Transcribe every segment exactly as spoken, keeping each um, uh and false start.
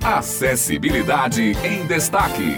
Acessibilidade em Destaque.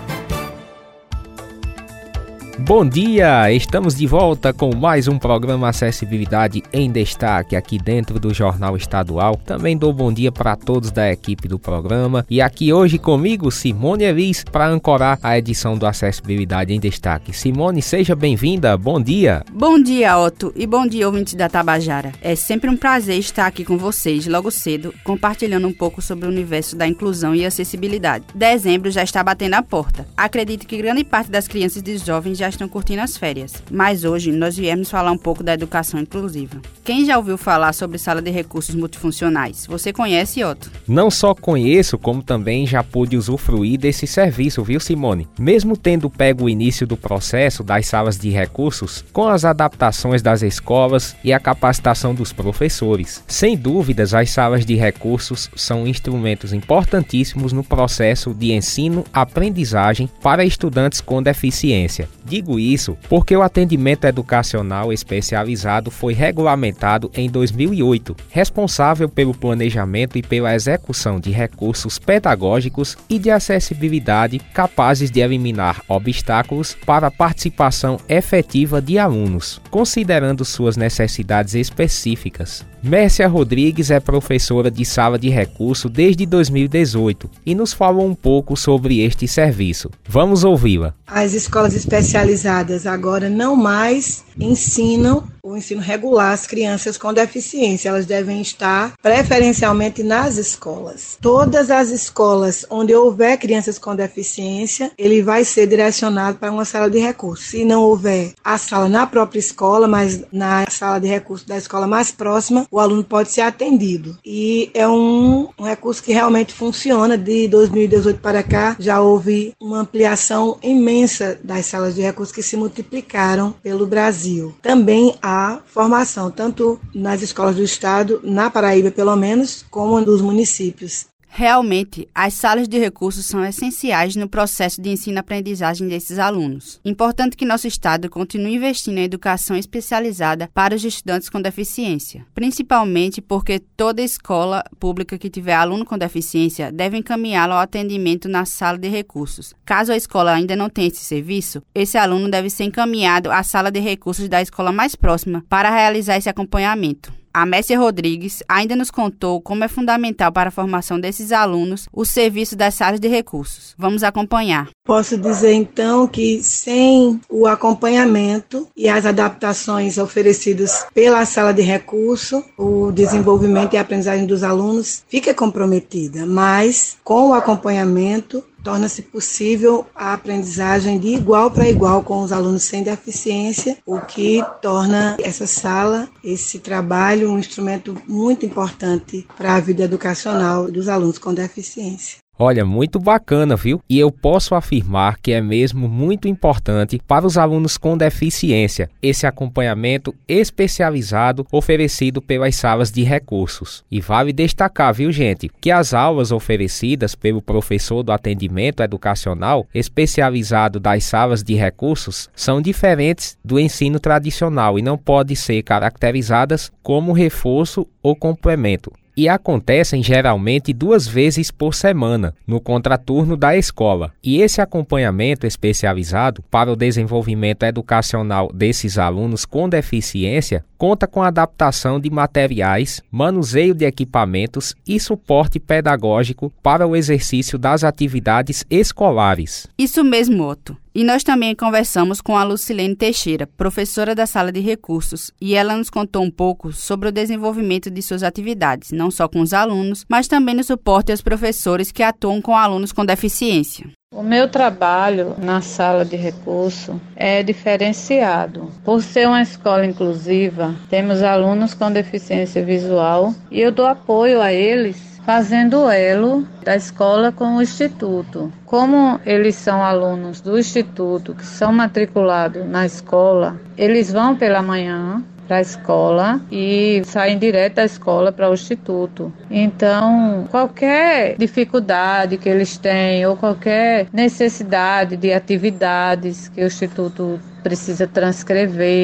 Bom dia, estamos de volta com mais um programa Acessibilidade em Destaque aqui dentro do Jornal Estadual. Também dou bom dia para todos da equipe do programa e aqui hoje comigo Simone Elis para ancorar a edição do Acessibilidade em Destaque. Simone, seja bem-vinda, bom dia. Bom dia, Otto, e bom dia, ouvintes da Tabajara. É sempre um prazer estar aqui com vocês logo cedo, compartilhando um pouco sobre o universo da inclusão e acessibilidade. Dezembro já está batendo a porta. Acredito que grande parte das crianças e jovens já estão curtindo as férias, mas hoje nós viemos falar um pouco da educação inclusiva. Quem já ouviu falar sobre sala de recursos multifuncionais? Você conhece, Otto? Não só conheço, como também já pude usufruir desse serviço, viu, Simone? Mesmo tendo pego o início do processo das salas de recursos, com as adaptações das escolas e a capacitação dos professores. Sem dúvidas, as salas de recursos são instrumentos importantíssimos no processo de ensino-aprendizagem para estudantes com deficiência. Digo isso porque o atendimento educacional especializado foi regulamentado em dois mil e oito, responsável pelo planejamento e pela execução de recursos pedagógicos e de acessibilidade capazes de eliminar obstáculos para a participação efetiva de alunos, considerando suas necessidades específicas. Mércia Rodrigues é professora de sala de recurso desde dois mil e dezoito e nos falou um pouco sobre este serviço. Vamos ouvi-la. As escolas especializadas agora não mais ensinam o ensino regular às crianças com deficiência. Elas devem estar preferencialmente nas escolas. Todas as escolas onde houver crianças com deficiência, ele vai ser direcionado para uma sala de recursos. Se não houver a sala na própria escola, mas na sala de recursos da escola mais próxima, o aluno pode ser atendido. E é um, um recurso que realmente funciona. De dois mil e dezoito para cá, já houve uma ampliação imensa das salas de recursos que se multiplicaram pelo Brasil. Também há formação, tanto nas escolas do estado, na Paraíba pelo menos, como nos municípios. Realmente, as salas de recursos são essenciais no processo de ensino-aprendizagem desses alunos. Importante que nosso estado continue investindo em educação especializada para os estudantes com deficiência, principalmente porque toda escola pública que tiver aluno com deficiência deve encaminhá-lo ao atendimento na sala de recursos. Caso a escola ainda não tenha esse serviço, esse aluno deve ser encaminhado à sala de recursos da escola mais próxima para realizar esse acompanhamento. A Mércia Rodrigues ainda nos contou como é fundamental para a formação desses alunos o serviço das salas de recursos. Vamos acompanhar. Posso dizer então que sem o acompanhamento e as adaptações oferecidas pela sala de recurso, o desenvolvimento e a aprendizagem dos alunos fica comprometida, mas com o acompanhamento torna-se possível a aprendizagem de igual para igual com os alunos sem deficiência, o que torna essa sala, esse trabalho, um instrumento muito importante para a vida educacional dos alunos com deficiência. Olha, muito bacana, viu? E eu posso afirmar que é mesmo muito importante para os alunos com deficiência esse acompanhamento especializado oferecido pelas salas de recursos. E vale destacar, viu, gente, que as aulas oferecidas pelo professor do atendimento educacional especializado das salas de recursos são diferentes do ensino tradicional e não podem ser caracterizadas como reforço ou complemento. E acontecem geralmente duas vezes por semana, no contraturno da escola. E esse acompanhamento especializado para o desenvolvimento educacional desses alunos com deficiência conta com adaptação de materiais, manuseio de equipamentos e suporte pedagógico para o exercício das atividades escolares. Isso mesmo, Otto. E nós também conversamos com a Lucilene Teixeira, professora da sala de recursos, e ela nos contou um pouco sobre o desenvolvimento de suas atividades, não só com os alunos, mas também no suporte aos professores que atuam com alunos com deficiência. O meu trabalho na sala de recurso é diferenciado. Por ser uma escola inclusiva, temos alunos com deficiência visual e eu dou apoio a eles fazendo o elo da escola com o instituto. Como eles são alunos do instituto, que são matriculados na escola, eles vão pela manhã para a escola e saem direto da escola para o instituto. Então, qualquer dificuldade que eles têm ou qualquer necessidade de atividades que o instituto precisa transcrever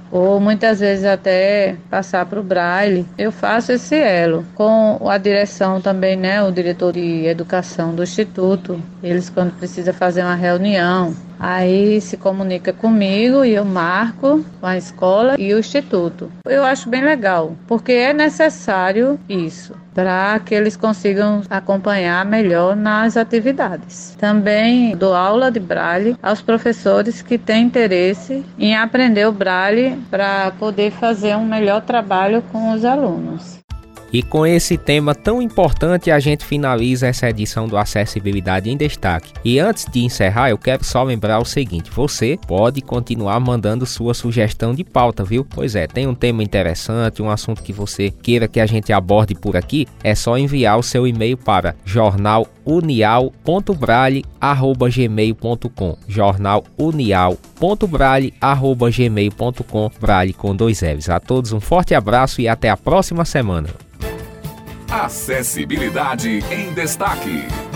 ou muitas vezes até passar para o Braille. Eu faço esse elo com a direção também, né, o diretor de educação do Instituto. Eles, quando precisa fazer uma reunião, aí se comunica comigo e eu marco com a escola e o Instituto. Eu acho bem legal, porque é necessário isso, para que eles consigam acompanhar melhor nas atividades. Também dou aula de Braille aos professores que têm interesse em aprender o Braille para poder fazer um melhor trabalho com os alunos. E com esse tema tão importante, a gente finaliza essa edição do Acessibilidade em Destaque. E antes de encerrar, eu quero só lembrar o seguinte: você pode continuar mandando sua sugestão de pauta, viu? Pois é, tem um tema interessante, um assunto que você queira que a gente aborde por aqui, é só enviar o seu e-mail para jornal unial ponto braille arroba gmail ponto com, jornal unial ponto braille arroba gmail ponto com, Braille com dois L's. A todos um forte abraço e até a próxima semana. Acessibilidade em Destaque.